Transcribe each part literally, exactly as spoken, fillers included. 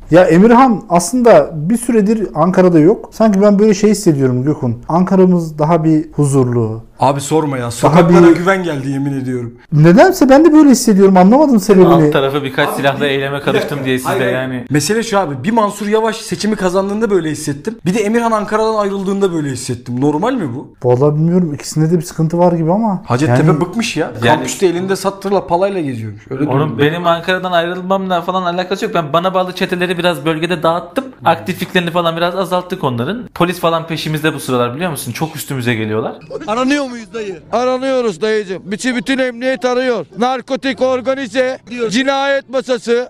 Ya Emirhan aslında bir süredir Ankara'da yok. Sanki ben böyle şey hissediyorum Gökhan. Ankara'mız daha bir huzurlu. Abi sorma ya. Sokaklara bir... güven geldi yemin ediyorum. Nedense ben de böyle hissediyorum. Anlamadım sebebini. Alt tarafı birkaç abi, silahla eyleme karıştım diye siz de yani. Mesele şu abi. Bir Mansur Yavaş seçimi kazandığında böyle hissettim. Bir de Emirhan Ankara'dan ayrıldığında böyle hissettim. Normal mi bu? Vallahi bilmiyorum. İkisinde de bir sıkıntı var gibi ama. Hacettepe yani... bıkmış ya. Yani... Kampüste elinde sattırla palayla geziyormuş. Öyle Onun benim Ankara'dan ayrılmamla falan alakası yok. Ben bana bağlı çeteleri biraz bölgede dağıttım. Hmm. Aktifliklerini falan biraz azalttık onların. Polis falan peşimizde bu sıralar biliyor musun? Çok üstümüze geliyorlar. Aranıyor muyuz dayı? Aranıyoruz dayıcım. Bütün bütün emniyet arıyor. Narkotik organize, cinayet masası.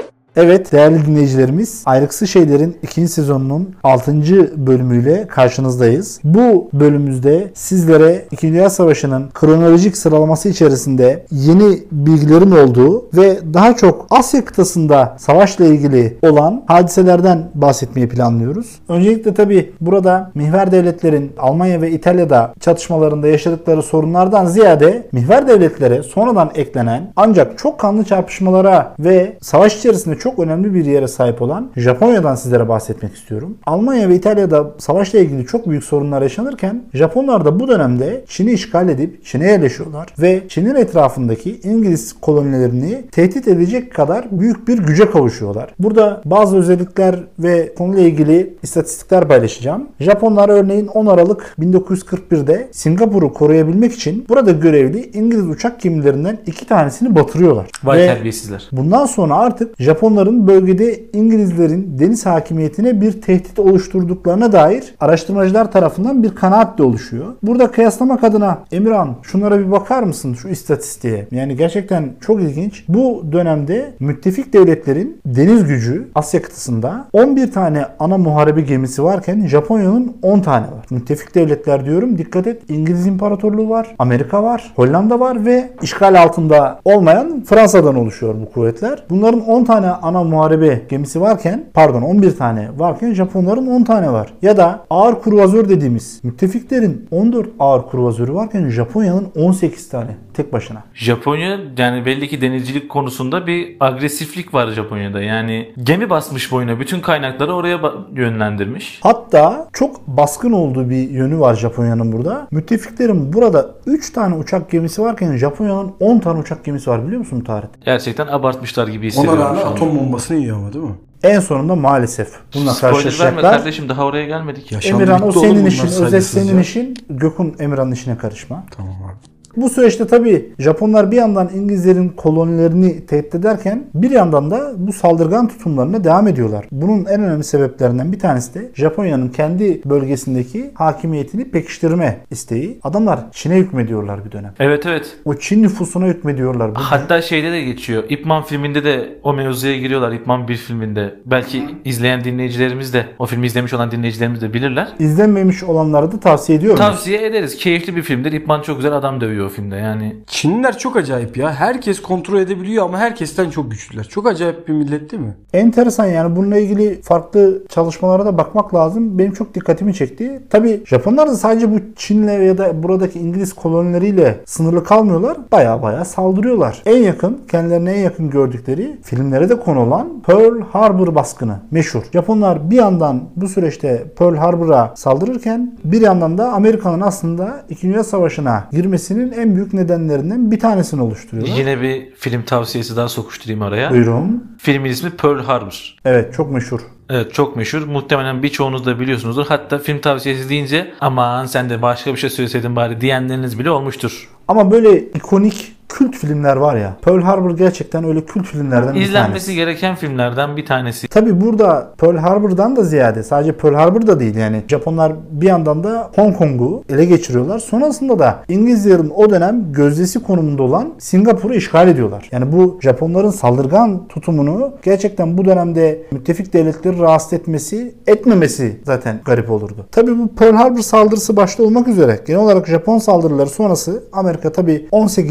Evet değerli dinleyicilerimiz, Ayrıksı Şeyler'in ikinci sezonunun altıncı bölümüyle karşınızdayız. Bu bölümümüzde sizlere İkinci Dünya Savaşı'nın kronolojik sıralaması içerisinde yeni bilgilerin olduğu ve daha çok Asya kıtasında savaşla ilgili olan hadiselerden bahsetmeyi planlıyoruz. Öncelikle tabi burada mihver devletlerin Almanya ve İtalya'da çatışmalarında yaşadıkları sorunlardan ziyade mihver devletlere sonradan eklenen ancak çok kanlı çarpışmalara ve savaş içerisinde çok önemli bir yere sahip olan Japonya'dan sizlere bahsetmek istiyorum. Almanya ve İtalya'da savaşla ilgili çok büyük sorunlar yaşanırken Japonlar da bu dönemde Çin'i işgal edip Çin'e yerleşiyorlar ve Çin'in etrafındaki İngiliz kolonilerini tehdit edecek kadar büyük bir güce kavuşuyorlar. Burada bazı özellikler ve konuyla ilgili istatistikler paylaşacağım. Japonlar örneğin on Aralık bin dokuz yüz kırk bir'de Singapur'u koruyabilmek için burada görevli İngiliz uçak gemilerinden iki tanesini batırıyorlar. Vay ve terbiyesizler. Bundan sonra artık Japonlar bölgede İngilizlerin deniz hakimiyetine bir tehdit oluşturduklarına dair araştırmacılar tarafından bir kanaat de oluşuyor. Burada kıyaslamak adına Emirhan şunlara bir bakar mısın şu istatistiğe? Yani gerçekten çok ilginç. Bu dönemde müttefik devletlerin deniz gücü Asya kıtasında on bir tane ana muharebe gemisi varken Japonya'nın on tane var. Müttefik devletler diyorum. Dikkat et. İngiliz İmparatorluğu var. Amerika var. Hollanda var ve işgal altında olmayan Fransa'dan oluşuyor bu kuvvetler. Bunların on tane ana muharebe gemisi varken pardon on bir tane varken Japonların on tane var. Ya da ağır kruvazör dediğimiz müttefiklerin on dört ağır kruvazörü varken Japonya'nın on sekiz tane tek başına. Japonya yani belli ki denizcilik konusunda bir agresiflik var Japonya'da. Yani gemi basmış boyuna bütün kaynakları oraya yönlendirmiş. Hatta çok baskın olduğu bir yönü var Japonya'nın burada. Müttefiklerin burada üç tane uçak gemisi varken Japonya'nın on tane uçak gemisi var biliyor musun tarihte? Gerçekten abartmışlar gibi hissediyorum. Ona rağmen atom bombasını yiyor ama değil mi? En sonunda maalesef bununla karşılaşacaklar. Spoiler verme kardeşim daha oraya gelmedik. Yaşandı, Emirhan o senin işin, özet senin ya. işin. Gökhan Emirhan'ın işine karışma. Tamam abi. Bu süreçte tabii Japonlar bir yandan İngilizlerin kolonilerini tehdit ederken bir yandan da bu saldırgan tutumlarına devam ediyorlar. Bunun en önemli sebeplerinden bir tanesi de Japonya'nın kendi bölgesindeki hakimiyetini pekiştirme isteği. Adamlar Çin'e hükmediyorlar bir dönem. Evet evet. O Çin nüfusuna hükmediyorlar. Burada. Hatta şeyde de geçiyor. Ip Man filminde de o mevzuya giriyorlar. Ip Man bir filminde. Belki izleyen dinleyicilerimiz de o filmi izlemiş olan dinleyicilerimiz de bilirler. İzlenmemiş olanlara da tavsiye ediyorum. Tavsiye ederiz. Keyifli bir filmdir. Ip Man çok güzel adam dövüyor o filmde yani. Çinliler çok acayip ya. Herkes kontrol edebiliyor ama herkesten çok güçlüler. Çok acayip bir millet değil mi? Enteresan yani bununla ilgili farklı çalışmalara da bakmak lazım. Benim çok dikkatimi çekti. Tabii Japonlar da sadece bu Çin'le ya da buradaki İngiliz kolonileriyle sınırlı kalmıyorlar. Baya baya saldırıyorlar. En yakın, kendilerine en yakın gördükleri filmlere de konu olan Pearl Harbor baskını meşhur. Japonlar bir yandan bu süreçte Pearl Harbor'a saldırırken bir yandan da Amerika'nın aslında İkinci Dünya Savaşı'na girmesinin en büyük nedenlerinden bir tanesini oluşturuyorlar. Yine bir film tavsiyesi daha sokuşturayım araya. Buyurun. Filmin ismi Pearl Harbor. Evet çok meşhur. Evet çok meşhur. Muhtemelen birçoğunuz da biliyorsunuzdur. Hatta film tavsiyesi deyince aman sen de başka bir şey söyleseydin bari diyenleriniz bile olmuştur. Ama böyle ikonik kült filmler var ya. Pearl Harbor gerçekten öyle kült filmlerden bir tanesi. İzlenmesi gereken filmlerden bir tanesi. Tabi burada Pearl Harbor'dan da ziyade sadece Pearl Harbor'da değil yani Japonlar bir yandan da Hong Kong'u ele geçiriyorlar. Sonrasında da İngilizlerin o dönem gözdesi konumunda olan Singapur'u işgal ediyorlar. Yani bu Japonların saldırgan tutumunu gerçekten bu dönemde müttefik devletleri rahatsız etmesi, etmemesi zaten garip olurdu. Tabi bu Pearl Harbor saldırısı başta olmak üzere genel olarak Japon saldırıları sonrası Amerika tabi on sekiz Nisan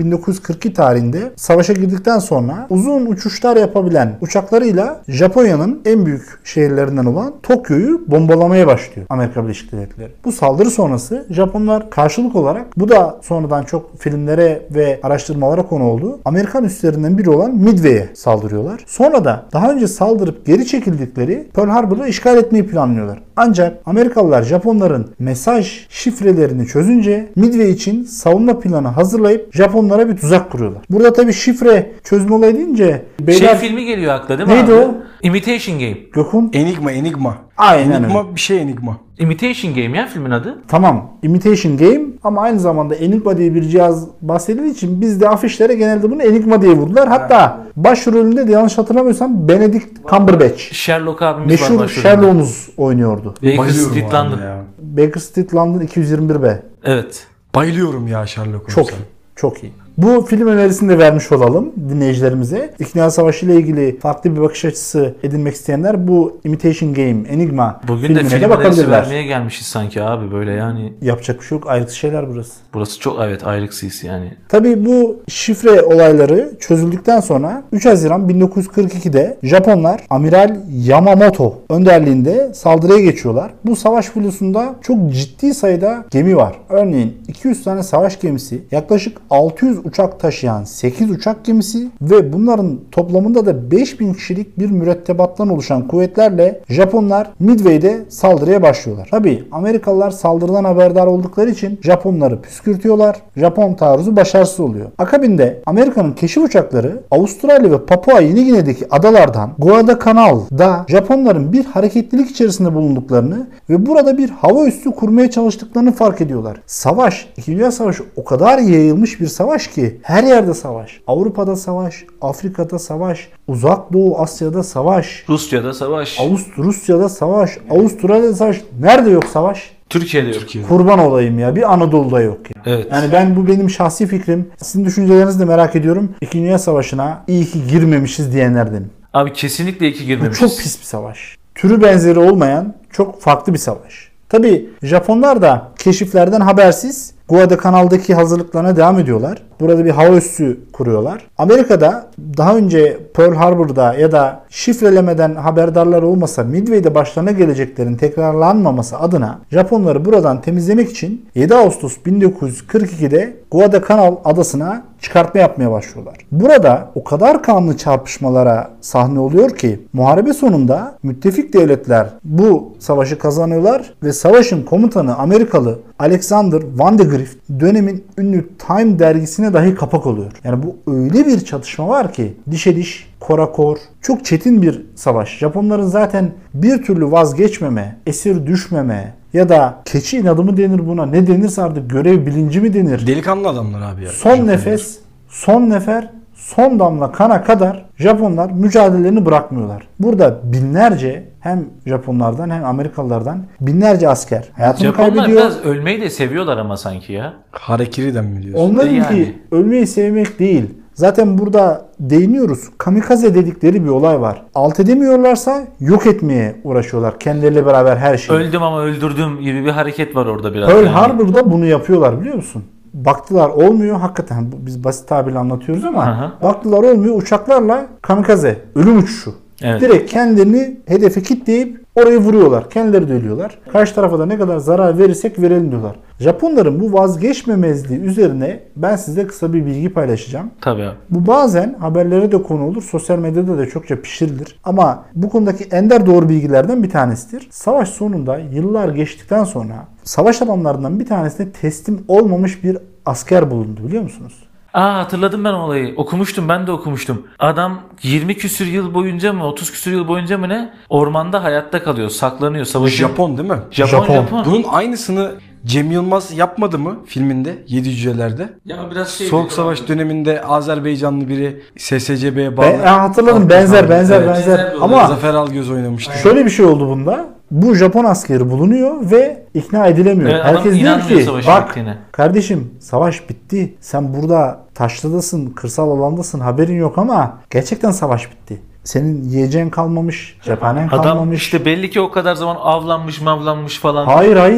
bin dokuz yüz kırk iki tarihinde savaşa girdikten sonra uzun uçuşlar yapabilen uçaklarıyla Japonya'nın en büyük şehirlerinden olan Tokyo'yu bombalamaya başlıyor Amerika Birleşik Devletleri. Bu saldırı sonrası Japonlar karşılık olarak, bu da sonradan çok filmlere ve araştırmalara konu oldu, Amerikan üslerinden biri olan Midway'e saldırıyorlar. Sonra da daha önce saldırıp geri çekildikleri Pearl Harbor'ı işgal etmeyi planlıyorlar. Ancak Amerikalılar Japonların mesaj şifrelerini çözünce Midway için savunma planı hazırlayıp Japonlara bir tuzak kuruyorlar. Burada tabii şifre çözme olayı deyince beyler... Şey filmi geliyor akla değil mi Neydi abi? o? Imitation Game. Gökhan? Enigma, Enigma. Aynen Enigma öyle. bir şey Enigma. Imitation Game ya filmin adı. Tamam. Imitation Game ama aynı zamanda Enigma diye bir cihaz bahsedildiği için biz de afişlere genelde bunu Enigma diye vurdular. Hatta başrolünde de yanlış hatırlamıyorsam Benedict Cumberbatch. Sherlock abimiz var Meşhur başrolünde. Sherlock'umuz oynuyordu. Baker Bayılıyorum Street o London. adama ya. Baker Street London iki yüz yirmi bir B. Evet. Bayılıyorum ya Sherlock Çok Holmes'a. iyi. Çok iyi. Bu film önerisini de vermiş olalım dinleyicilerimize. İkinci Dünya Savaşı ile ilgili farklı bir bakış açısı edinmek isteyenler bu Imitation Game, Enigma Bugün de filmine film de önerisi bakabilirler. vermeye gelmişiz sanki abi böyle yani. Yapacak bir şey yok. Ayrıntı şeyler burası. Burası çok evet ayrıksız yani. Tabii bu şifre olayları çözüldükten sonra üç Haziran bin dokuz yüz kırk ikide Japonlar Amiral Yamamoto önderliğinde saldırıya geçiyorlar. Bu savaş filosunda çok ciddi sayıda gemi var. Örneğin iki yüz tane savaş gemisi, yaklaşık altı yüz uçak taşıyan sekiz uçak gemisi ve bunların toplamında da beş bin kişilik bir mürettebattan oluşan kuvvetlerle Japonlar Midway'de saldırıya başlıyorlar. Tabii Amerikalılar saldırıdan haberdar oldukları için Japonları püskürtüyorlar. Japon taarruzu başarısız oluyor. Akabinde Amerika'nın keşif uçakları Avustralya ve Papua Yeni Gine'deki adalardan Guadalcanal'da Japonların bir hareketlilik içerisinde bulunduklarını ve burada bir hava üssü kurmaya çalıştıklarını fark ediyorlar. Savaş, İkinci Dünya Savaşı o kadar yayılmış bir savaş ki her yerde savaş. Avrupa'da savaş, Afrika'da savaş, Uzak Doğu Asya'da savaş, Rusya'da savaş. Avust Rusya'da savaş, Avustralya'da savaş. Nerede yok savaş? Türkiye'de yok. Türkiye'de. Kurban olayım ya. Bir Anadolu'da yok ya. Evet. Yani ben, bu benim şahsi fikrim. Sizin düşüncelerinizi de merak ediyorum. İkinci Dünya Savaşı'na iyi ki girmemişiz diyenlerdenim. Abi kesinlikle iki Bu girmemişiz. çok pis bir savaş. Türü benzeri olmayan çok farklı bir savaş. Tabii Japonlar da keşiflerden habersiz Guadalcanal'daki hazırlıklarına devam ediyorlar. Burada bir hava üssü kuruyorlar. Amerika'da daha önce Pearl Harbor'da ya da şifrelemeden haberdarlar olmasa Midway'de başlarına geleceklerin tekrarlanmaması adına Japonları buradan temizlemek için yedi Ağustos bin dokuz yüz kırk ikide Guadalcanal adasına çıkartma yapmaya başlıyorlar. Burada o kadar kanlı çarpışmalara sahne oluyor ki muharebe sonunda müttefik devletler bu savaşı kazanıyorlar ve savaşın komutanı Amerikalı Alexander Van de Grift dönemin ünlü Time dergisine dahi kapak oluyor. Yani bu öyle bir çatışma var ki dişe diş, kora kor. Çok çetin bir savaş. Japonların zaten bir türlü vazgeçmeme, esir düşmeme ya da keçi inadı mı denir buna, ne denirse artık görev bilinci mi denir? Delikanlı adamlar abi ya. Son Japonlar. nefes, son nefer, son damla kana kadar Japonlar mücadelelerini bırakmıyorlar. Burada binlerce hem Japonlardan hem Amerikalılardan binlerce asker hayatını Japonlar kaybediyor. biraz ölmeyi de seviyorlar ama sanki ya. Harekiri'den mi diyorsun? Onlarınki Yani. ölmeyi sevmek değil. Zaten burada değiniyoruz. Kamikaze dedikleri bir olay var. Alt edemiyorlarsa yok etmeye uğraşıyorlar. Kendileriyle beraber her şeyi. Öldüm ama öldürdüm gibi bir hareket var orada biraz. Pearl yani. Harbor'da bunu yapıyorlar biliyor musun? Baktılar olmuyor. Hakikaten bu- biz basit tabirle anlatıyoruz ama Hı hı. baktılar olmuyor. Uçaklarla kamikaze, ölüm uçuşu. Evet. Direkt kendilerini hedefe kilitleyip orayı vuruyorlar. Kendileri de ölüyorlar. Karşı tarafa da ne kadar zarar verirsek verelim diyorlar. Japonların bu vazgeçmemezliği üzerine ben size kısa bir bilgi paylaşacağım. Tabii abi. Bu bazen haberlere de konu olur. Sosyal medyada da çokça pişirilir. Ama bu konudaki ender doğru bilgilerden bir tanesidir. Savaş sonunda yıllar geçtikten sonra savaş alanlarından bir tanesine teslim olmamış bir asker bulundu biliyor musunuz? Aa hatırladım ben olayı. Okumuştum, ben de okumuştum. Adam yirmi küsür yıl boyunca mı otuz küsür yıl boyunca mı ne ormanda hayatta kalıyor, saklanıyor. Bu Savaşın... Japon değil mi? Japon, Japon. Japon. Bunun aynısını Cem Yılmaz yapmadı mı filminde Yedi Cüceler'de? Ya biraz şey Soğuk Savaş döneminde Azerbaycanlı biri S S C B'ye bağlı. Ben ha, hatırladım benzer benzer Evet. benzer. Benzer bir Ama Zafer Algöz oynamıştı. şöyle bir şey oldu bunda. Bu Japon askeri bulunuyor ve ikna edilemiyor. Evet, adam Herkes diyor inanmıyor ki savaşın bak bittiğine." kardeşim savaş bitti. Sen burada taşlıdasın, kırsal alandasın, haberin yok ama gerçekten savaş bitti. Senin yiyeceğin kalmamış, cephanen Adam kalmamış. işte belli ki o kadar zaman avlanmış mavlanmış falan. Hayır hayır.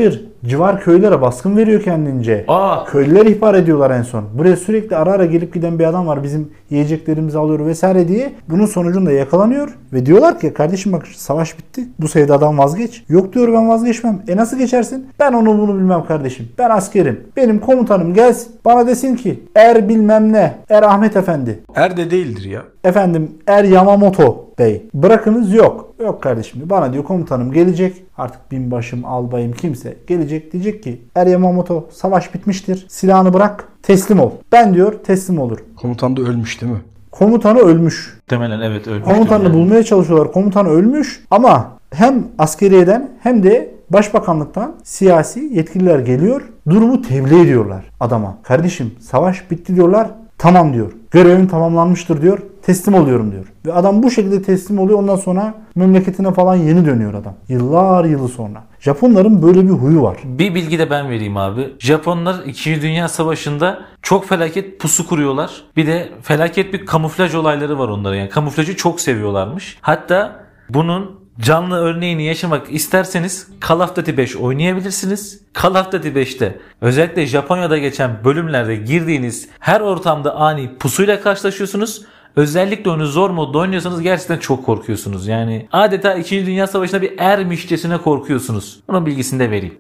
Civar köylere baskın veriyor kendince. Aa. Köylüler ihbar ediyorlar en son. Buraya sürekli ara ara gelip giden bir adam var. Bizim yiyeceklerimizi alıyor vesaire diye. Bunun sonucunda yakalanıyor. Ve diyorlar ki kardeşim bak savaş bitti. Bu sevdadan vazgeç. Yok diyor ben vazgeçmem. E nasıl geçersin? Ben onu bunu bilmem kardeşim. Ben askerim. Benim komutanım gelsin. Bana desin ki er bilmem ne. Er Ahmet Efendi. Er de değildir ya. Efendim Er Yamamoto Bey. Bırakınız yok. Yok kardeşim bana diyor komutanım gelecek. Artık binbaşım, albayım kimse gelecek diyecek ki Er Yamamoto savaş bitmiştir. Silahını bırak teslim ol. Ben diyor teslim olur. Komutan da ölmüş değil mi? Komutanı ölmüş. Muhtemelen evet ölmüş. Komutanını yani. bulmaya çalışıyorlar. Komutan ölmüş ama hem askeriyeden hem de başbakanlıktan siyasi yetkililer geliyor. Durumu tebliğ ediyorlar adama. Kardeşim savaş bitti diyorlar. Tamam diyor. Görevim tamamlanmıştır diyor. Teslim oluyorum diyor. Ve adam bu şekilde teslim oluyor. Ondan sonra memleketine falan yeni dönüyor adam. Yıllar yılı sonra. Japonların böyle bir huyu var. Bir bilgi de ben vereyim abi. Japonlar ikinci. Dünya Savaşı'nda çok felaket pusu kuruyorlar. Bir de felaket bir kamuflaj olayları var onların. Yani kamuflajı çok seviyorlarmış. Hatta bunun canlı örneğini yaşamak isterseniz Call of Duty beş oynayabilirsiniz. Call of Duty beşte özellikle Japonya'da geçen bölümlerde girdiğiniz her ortamda ani pusuyla karşılaşıyorsunuz. Özellikle onu zor modda oynuyorsanız gerçekten çok korkuyorsunuz. Yani adeta ikinci. Dünya Savaşı'nda bir ermişçesine korkuyorsunuz. Bunun bilgisini de vereyim.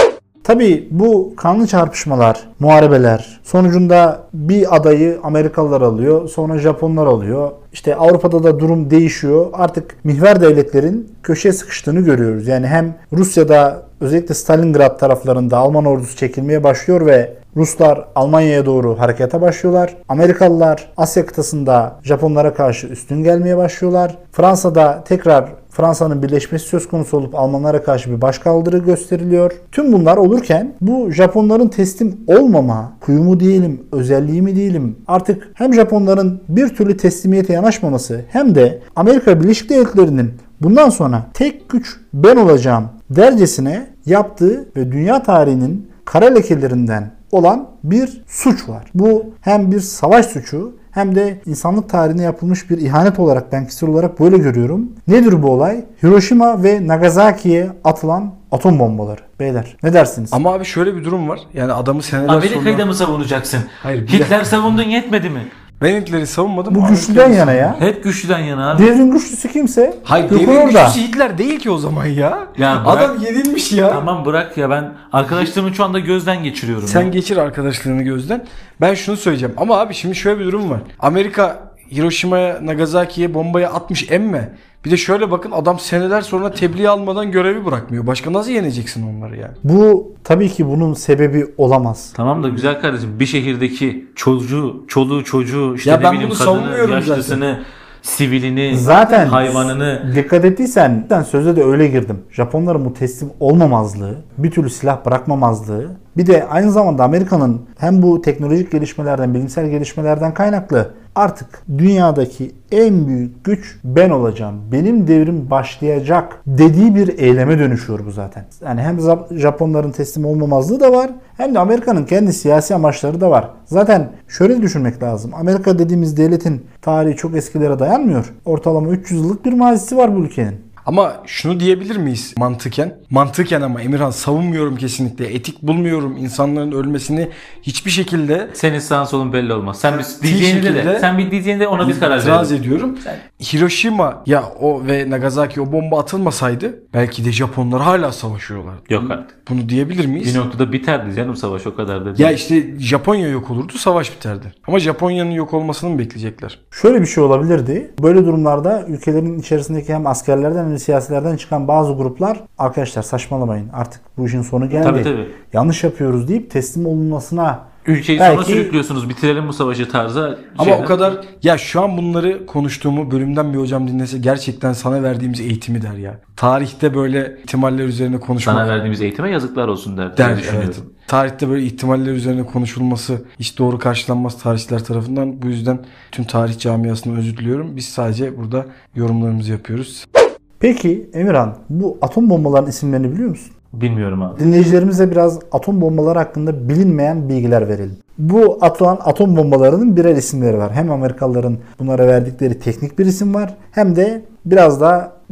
Tabii bu kanlı çarpışmalar, muharebeler sonucunda bir adayı Amerikalılar alıyor, sonra Japonlar alıyor. İşte Avrupa'da da durum değişiyor. Artık mihver devletlerin köşeye sıkıştığını görüyoruz. Yani hem Rusya'da özellikle Stalingrad taraflarında Alman ordusu çekilmeye başlıyor ve Ruslar Almanya'ya doğru harekete başlıyorlar. Amerikalılar Asya kıtasında Japonlara karşı üstün gelmeye başlıyorlar. Fransa'da tekrar Fransa'nın birleşmesi söz konusu olup Almanlara karşı bir başkaldırı gösteriliyor. Tüm bunlar olurken bu Japonların teslim olmama, huyu mu diyelim, özelliği mi diyelim artık hem Japonların bir türlü teslimiyete yanaşmaması hem de Amerika Birleşik Devletleri'nin bundan sonra tek güç ben olacağım dercesine yaptığı ve dünya tarihinin kara lekelerinden olan bir suç var. Bu hem bir savaş suçu hem de insanlık tarihine yapılmış bir ihanet olarak ben kişisel olarak böyle görüyorum. Nedir bu olay? Hiroşima ve Nagasaki'ye atılan atom bombaları. Beyler ne dersiniz? Ama abi şöyle bir durum var. Yani adamı seneler Amerika'yı sonra... da mı savunacaksın? Hayır, bir Hitler dakika. savundun yetmedi mi? Ben Hitler'i savunmadım. Bu ama güçlüden Hitler'i yana ya. Hep güçlüden yana abi. Devrin güçlüsü kimse? Hayır yok devrim orada. güçlüsü Hitler değil ki o zaman ya. Ya bırak- Adam yenilmiş ya. Tamam bırak ya, ben arkadaşlarımı şu anda gözden geçiriyorum. Sen ya. geçir arkadaşlarını gözden. Ben şunu söyleyeceğim. Ama abi şimdi şöyle bir durum var. Amerika Hiroşima'ya, Nagasaki'ye bombayı atmış emme. Bir de şöyle bakın adam seneler sonra tebliğ almadan görevi bırakmıyor. Başka nasıl yeneceksin onları yani? Bu tabii ki bunun sebebi olamaz. Tamam da güzel kardeşim, bir şehirdeki çocuğu, çoluğu çocuğu, işte Ya ne ben bileyim bunu kadını, savunmuyorum yaşlısını, sivilini, Zaten hayvanını. dikkat ettiysen ben sözde de öyle girdim. Japonların bu teslim olmamazlığı, bir türlü silah bırakmamazlığı, bir de aynı zamanda Amerika'nın hem bu teknolojik gelişmelerden, bilimsel gelişmelerden kaynaklı artık dünyadaki en büyük güç ben olacağım, benim devrim başlayacak dediği bir eyleme dönüşüyor bu zaten. Yani hem Japonların teslim olmamazlığı da var hem de Amerika'nın kendi siyasi amaçları da var. Zaten şöyle düşünmek lazım. Amerika dediğimiz devletin tarihi çok eskilere dayanmıyor. Ortalama üç yüz yıllık bir mazisi var bu ülkenin. Ama şunu diyebilir miyiz mantıken? Mantıken ama Emirhan savunmuyorum kesinlikle. Etik bulmuyorum insanların ölmesini hiçbir şekilde. Senin sağın solun belli olmaz. Sen bir Hiçbir diyeceğini de, şekilde de. Sen bir diyeceğini de ona biz karar İtiraz verelim. ediyorum. Hiroşima ya o ve Nagasaki o bomba atılmasaydı belki de Japonlar hala savaşıyorlar. Yok artık. Bunu diyebilir miyiz? Bir noktada biterdi canım savaş, o kadar da değil. Ya işte Japonya yok olurdu, savaş biterdi. Ama Japonya'nın yok olmasını mı bekleyecekler? Şöyle bir şey olabilirdi. Böyle durumlarda ülkelerin içerisindeki hem askerlerden hem de siyasilerden çıkan bazı gruplar arkadaşlar saçmalamayın artık bu işin sonu geldi. Tabii, tabii. Yanlış yapıyoruz deyip teslim olunmasına Ülkeyi belki... sona sürüklüyorsunuz, bitirelim bu savaşı tarzı. Ama şeyler. o kadar ya şu an bunları konuştuğumu bölümden bir hocam dinlese gerçekten sana verdiğimiz eğitimi der ya. Tarihte böyle ihtimaller üzerine konuşmak. Sana verdiğimiz eğitime yazıklar olsun der. Der, diye evet. düşünüyorum. Tarihte böyle ihtimaller üzerine konuşulması hiç doğru karşılanmaz tarihçiler tarafından. Bu yüzden tüm tarih camiasına özür diliyorum. Biz sadece burada yorumlarımızı yapıyoruz. Peki Emirhan, bu atom bombaların isimlerini biliyor musun? Bilmiyorum abi. Dinleyicilerimize biraz atom bombaları hakkında bilinmeyen bilgiler verelim. Bu atılan atom bombalarının birer isimleri var. Hem Amerikalıların bunlara verdikleri teknik bir isim var hem de biraz da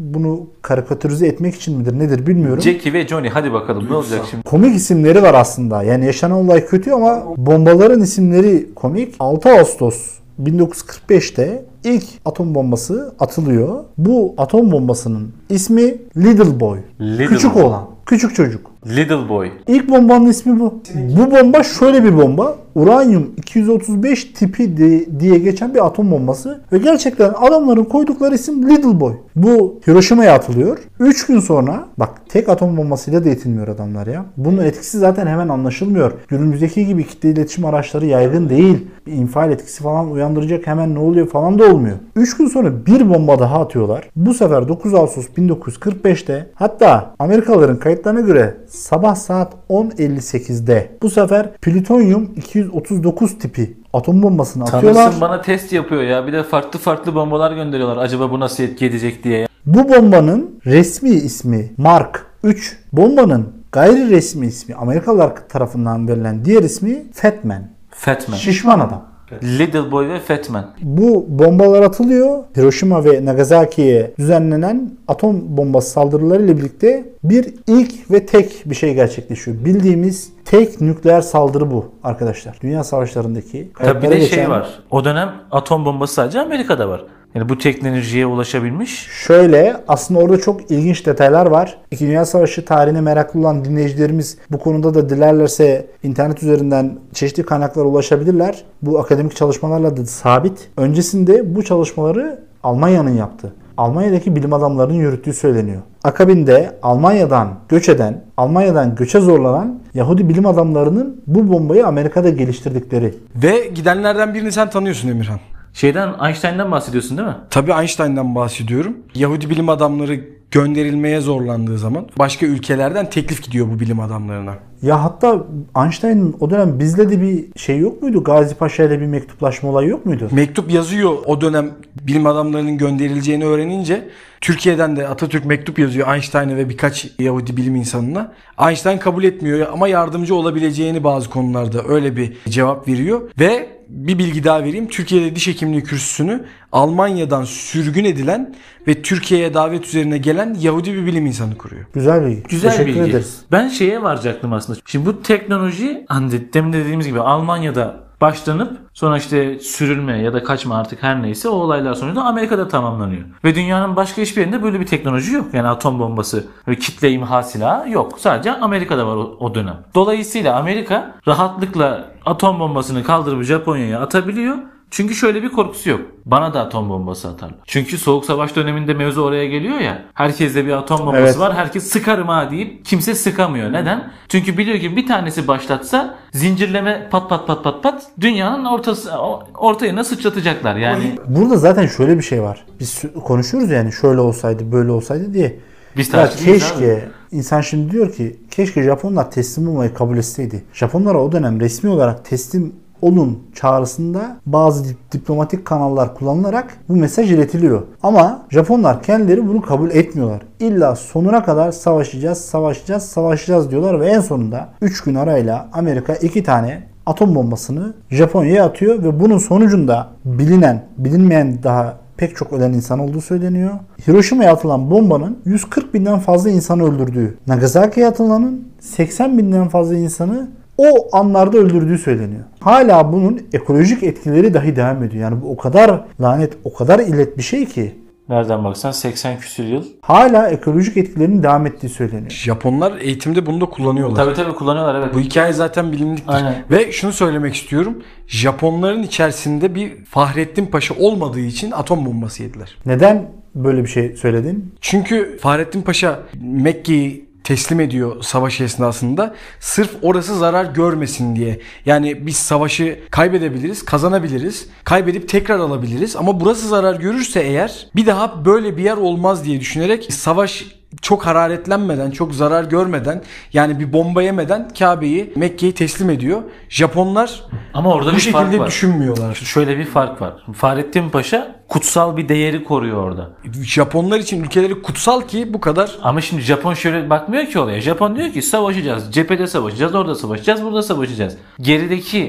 bunu karikatürize etmek için midir nedir bilmiyorum. Jackie ve Johnny, hadi bakalım ne olacak şimdi? Komik isimleri var aslında. Yani yaşanan olay kötü ama bombaların isimleri komik. altı Ağustos bin dokuz yüz kırk beşte ilk atom bombası atılıyor. Bu atom bombasının ismi Little Boy. Little Küçük Boy. olan. Küçük çocuk. Little Boy. İlk bombanın ismi bu. Bu bomba şöyle bir bomba. Uranyum iki yüz otuz beş tipi de, diye geçen bir atom bombası. Ve gerçekten adamların koydukları isim Little Boy. Bu Hiroşima'ya atılıyor. üç gün sonra, bak tek atom bombasıyla da yetinmiyor adamlar ya. Bunun etkisi zaten hemen anlaşılmıyor. Günümüzdeki gibi kitle iletişim araçları yaygın değil. Bir infial etkisi falan uyandıracak, hemen ne oluyor falan da olmuyor. üç gün sonra bir bomba daha atıyorlar. Bu sefer dokuz Ağustos bin dokuz yüz kırk beşte, hatta Amerikalıların kayıtlarına göre sabah saat on elli sekizde bu sefer plütonyum iki yüz otuz dokuz tipi atom bombasını atıyorlar. Tanırsın bana test yapıyor ya. Bir de farklı farklı bombalar gönderiyorlar. Acaba bu nasıl etki edecek diye. Bu bombanın resmi ismi Mark üç. Bombanın gayri resmi ismi, Amerikalılar tarafından verilen diğer ismi Fat Man. Fat Man. Şişman adam. Little Boy ve Fat Man. Bu bombalar atılıyor. Hiroşima ve Nagasaki'ye düzenlenen atom bombası saldırıları ile birlikte bir ilk ve tek bir şey gerçekleşiyor. Bildiğimiz tek nükleer saldırı bu arkadaşlar. Dünya savaşlarındaki Tabii bir kayıplara de şey geçen- var. O dönem atom bombası sadece Amerika'da var. Yani bu teknolojiye ulaşabilmiş. Şöyle, aslında orada çok ilginç detaylar var. İkinci Dünya Savaşı tarihine meraklı olan dinleyicilerimiz bu konuda da dilerlerse internet üzerinden çeşitli kaynaklara ulaşabilirler. Bu akademik çalışmalarla da sabit. Öncesinde bu çalışmaları Almanya'nın yaptığı, Almanya'daki bilim adamlarının yürüttüğü söyleniyor. Akabinde Almanya'dan göç eden, Almanya'dan göçe zorlanan Yahudi bilim adamlarının bu bombayı Amerika'da geliştirdikleri. Ve gidenlerden birini sen tanıyorsun Emirhan. Şeyden, Einstein'dan bahsediyorsun değil mi? Tabii Einstein'dan bahsediyorum. Yahudi bilim adamları gönderilmeye zorlandığı zaman başka ülkelerden teklif gidiyor bu bilim adamlarına. Ya hatta Einstein'ın o dönem bizle de bir şey yok muydu? Gazi Paşa ile bir mektuplaşma olayı yok muydu? Mektup yazıyor, o dönem bilim adamlarının gönderileceğini öğrenince Türkiye'den de Atatürk mektup yazıyor Einstein'a ve birkaç Yahudi bilim insanına. Einstein kabul etmiyor ama yardımcı olabileceğini bazı konularda öyle bir cevap veriyor. Ve bir bilgi daha vereyim. Türkiye'de diş hekimliği kürsüsünü Almanya'dan sürgün edilen ve Türkiye'ye davet üzerine gelen Yahudi bir bilim insanı kuruyor. Güzel bilgi. Güzel Teşekkür bilgi. ederiz. Ben şeye varacaktım aslında. Şimdi bu teknoloji, hani demin dediğimiz gibi Almanya'da başlanıp sonra işte sürülme ya da kaçma, artık her neyse, o olaylar sonucunda Amerika'da tamamlanıyor. Ve dünyanın başka hiçbir yerinde böyle bir teknoloji yok. Yani atom bombası ve kitle imha silahı yok. Sadece Amerika'da var o, o dönem. Dolayısıyla Amerika rahatlıkla atom bombasını kaldırıp Japonya'ya atabiliyor. Çünkü şöyle bir korkusu yok. Bana da atom bombası atarlar. Çünkü Soğuk Savaş döneminde mevzu oraya geliyor ya. Herkeste bir atom bombası Evet. var. Herkes sıkarım ha deyip kimse sıkamıyor. Neden? Çünkü biliyor ki bir tanesi başlatsa zincirleme pat pat pat pat pat dünyanın ortası orta yerine sıçratacaklar. Yani Burada zaten şöyle bir şey var. Biz konuşuyoruz yani şöyle olsaydı böyle olsaydı diye. biz Ya tartışıyoruz keşke abi. insan şimdi diyor ki keşke Japonlar teslim olmayı kabul etseydi. Japonlara o dönem resmi olarak teslim olun çağrısında bazı dip- diplomatik kanallar kullanılarak bu mesaj iletiliyor. Ama Japonlar kendileri bunu kabul etmiyorlar. İlla sonuna kadar savaşacağız, savaşacağız, savaşacağız diyorlar ve en sonunda üç gün arayla Amerika iki tane atom bombasını Japonya'ya atıyor ve bunun sonucunda bilinen, bilinmeyen daha pek çok ölen insan olduğu söyleniyor. Hiroşima'ya atılan bombanın yüz kırk binden fazla insanı öldürdüğü, Nagasaki'ye atılanın seksen binden fazla insanı o anlarda öldürdüğü söyleniyor. Hala bunun ekolojik etkileri dahi devam ediyor. Yani bu o kadar lanet, o kadar illet bir şey ki Nereden baksan seksen küsür yıl. hala ekolojik etkilerinin devam ettiği söyleniyor. Japonlar eğitimde bunu da kullanıyorlar. Tabii tabii kullanıyorlar, evet. Bu hikaye zaten bilinliktir. Aynen. Ve şunu söylemek istiyorum. Japonların içerisinde bir Fahrettin Paşa olmadığı için atom bombası yediler. Neden böyle bir şey söyledin? Çünkü Fahrettin Paşa Mekke'yi teslim ediyor savaş esnasında. Sırf orası zarar görmesin diye. Yani biz savaşı kaybedebiliriz, kazanabiliriz. Kaybedip tekrar alabiliriz. Ama burası zarar görürse eğer bir daha böyle bir yer olmaz diye düşünerek savaş çok hararetlenmeden, çok zarar görmeden, yani bir bomba yemeden Kabe'yi, Mekke'yi teslim ediyor. Japonlar Ama orada bu bir fark şekilde var. düşünmüyorlar. Şöyle bir fark var. Fahrettin Paşa kutsal bir değeri koruyor orada. Japonlar için ülkeleri kutsal ki bu kadar. Ama şimdi Japon şöyle bakmıyor ki olaya. Japon diyor ki savaşacağız. Cephede savaşacağız, orada savaşacağız, burada savaşacağız. Gerideki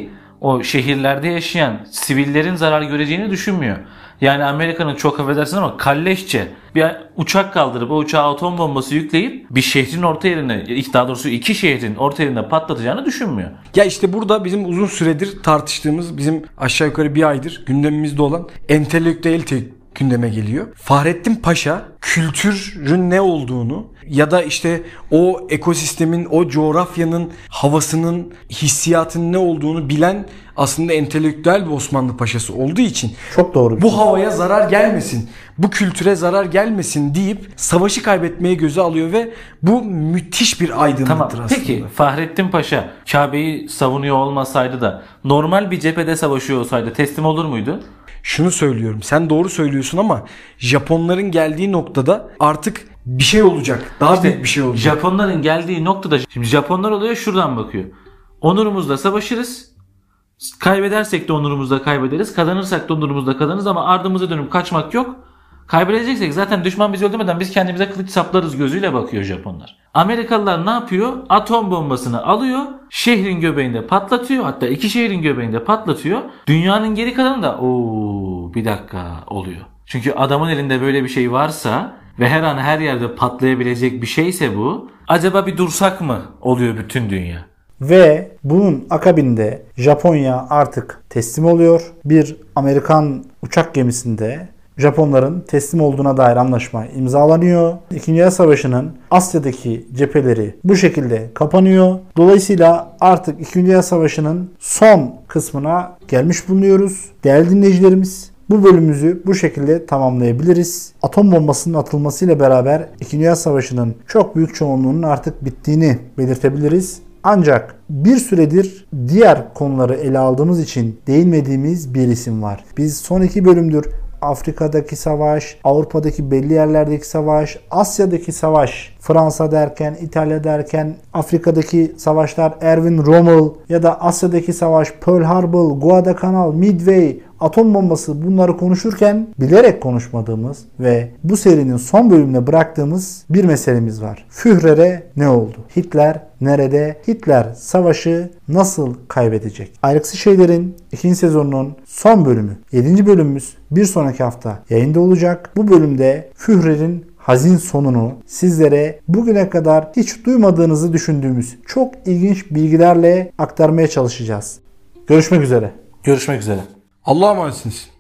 o şehirlerde yaşayan sivillerin zarar göreceğini düşünmüyor. Yani Amerika'nın, çok affedersin ama, kalleşçe bir uçak kaldırıp o uçağa atom bombası yükleyip bir şehrin orta yerine, daha doğrusu iki şehrin orta yerine patlatacağını düşünmüyor. Ya işte burada bizim uzun süredir tartıştığımız, bizim aşağı yukarı bir aydır gündemimizde olan entelektüelite gündeme geliyor. Fahrettin Paşa kültürün ne olduğunu ya da işte o ekosistemin, o coğrafyanın havasının, hissiyatının ne olduğunu bilen aslında entelektüel bir Osmanlı paşası olduğu için Çok doğru. bu havaya zarar gelmesin, bu kültüre zarar gelmesin deyip savaşı kaybetmeye göze alıyor ve bu müthiş bir aydınlıktır Tamam. aslında. Peki Fahrettin Paşa Kabe'yi savunuyor olmasaydı da normal bir cephede savaşıyor olsaydı teslim olur muydu? Şunu söylüyorum. Sen doğru söylüyorsun ama Japonların geldiği noktada artık bir şey olacak. Daha İşte büyük bir şey olacak. Japonların geldiği noktada, şimdi Japonlar oluyor şuradan bakıyor. Onurumuzla savaşırız. Kaybedersek de onurumuzla kaybederiz. Kazanırsak da onurumuzla kazanırız ama ardımıza dönüp kaçmak yok. Kaybedeceksek zaten düşman bizi öldürmeden biz kendimize kılıç saplarız gözüyle bakıyor Japonlar. Amerikalılar ne yapıyor? Atom bombasını alıyor. Şehrin göbeğinde patlatıyor. Hatta iki şehrin göbeğinde patlatıyor. Dünyanın geri kalanı da ooo bir dakika oluyor. Çünkü adamın elinde böyle bir şey varsa ve her an her yerde patlayabilecek bir şeyse bu, acaba bir dursak mı oluyor bütün dünya. Ve bunun akabinde Japonya artık teslim oluyor. Bir Amerikan uçak gemisinde Japonların teslim olduğuna dair anlaşma imzalanıyor. İkinci Dünya Savaşı'nın Asya'daki cepheleri bu şekilde kapanıyor. Dolayısıyla artık İkinci Dünya Savaşı'nın son kısmına gelmiş bulunuyoruz. Değerli dinleyicilerimiz, bu bölümümüzü bu şekilde tamamlayabiliriz. Atom bombasının atılmasıyla beraber İkinci Dünya Savaşı'nın çok büyük çoğunluğunun artık bittiğini belirtebiliriz. Ancak bir süredir diğer konuları ele aldığımız için değinmediğimiz bir isim var. Biz son iki bölümdür Afrika'daki savaş, Avrupa'daki belli yerlerdeki savaş, Asya'daki savaş, Fransa derken, İtalya derken, Afrika'daki savaşlar Erwin Rommel ya da Asya'daki savaş Pearl Harbor, Guadalcanal, Midway, atom bombası, bunları konuşurken bilerek konuşmadığımız ve bu serinin son bölümüne bıraktığımız bir meselemiz var. Führer'e ne oldu? Hitler nerede? Hitler savaşı nasıl kaybedecek? Ayrıksız Şeyler'in ikinci sezonunun son bölümü, yedinci bölümümüz bir sonraki hafta yayında olacak. Bu bölümde Führer'in hazin sonunu sizlere bugüne kadar hiç duymadığınızı düşündüğümüz çok ilginç bilgilerle aktarmaya çalışacağız. Görüşmek üzere. Görüşmek üzere. Allah'a emanetsiniz.